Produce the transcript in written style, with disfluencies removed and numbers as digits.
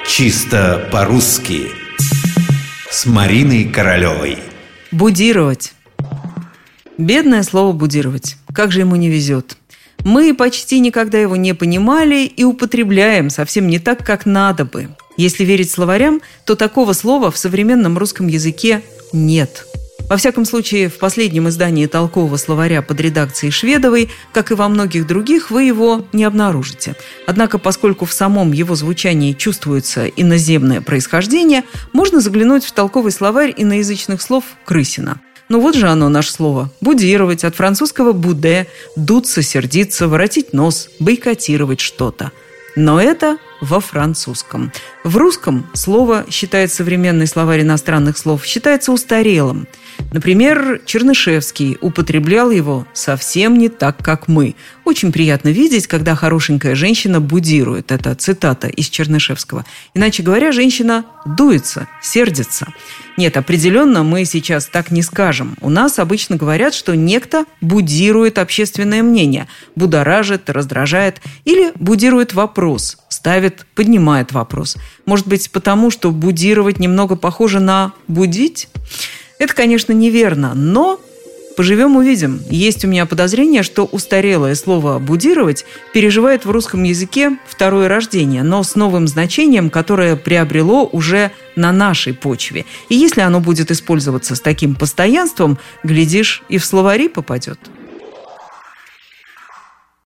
Чисто по-русски с Мариной Королевой. Будировать. Бедное слово «будировать». Как же ему не везет. Мы почти никогда его не понимали и употребляем совсем не так, как надо бы. Если верить словарям, то такого слова в современном русском языке нет. Во всяком случае, в последнем издании толкового словаря под редакцией Шведовой, как и во многих других, вы его не обнаружите. Однако, поскольку в самом его звучании чувствуется иноземное происхождение, можно заглянуть в толковый словарь иноязычных слов Крысина. Ну вот же оно, наше слово. Будировать, от французского «буде», дуться, сердиться, воротить нос, бойкотировать что-то. Но это во французском. В русском слово, считает современный словарь иностранных слов, считается устарелым. Например, Чернышевский употреблял его совсем не так, как мы. Очень приятно видеть, когда хорошенькая женщина будирует. Это цитата из Чернышевского. Иначе говоря, женщина дуется, сердится. Нет, определенно мы сейчас так не скажем. У нас обычно говорят, что некто будирует общественное мнение, будоражит, раздражает или будирует вопрос, ставит, поднимает вопрос. Может быть, потому что будировать немного похоже на будить? Это, конечно, неверно, но поживем – увидим. Есть у меня подозрение, что устарелое слово «будировать» переживает в русском языке второе рождение, но с новым значением, которое приобрело уже на нашей почве. И если оно будет использоваться с таким постоянством, глядишь, и в словари попадет.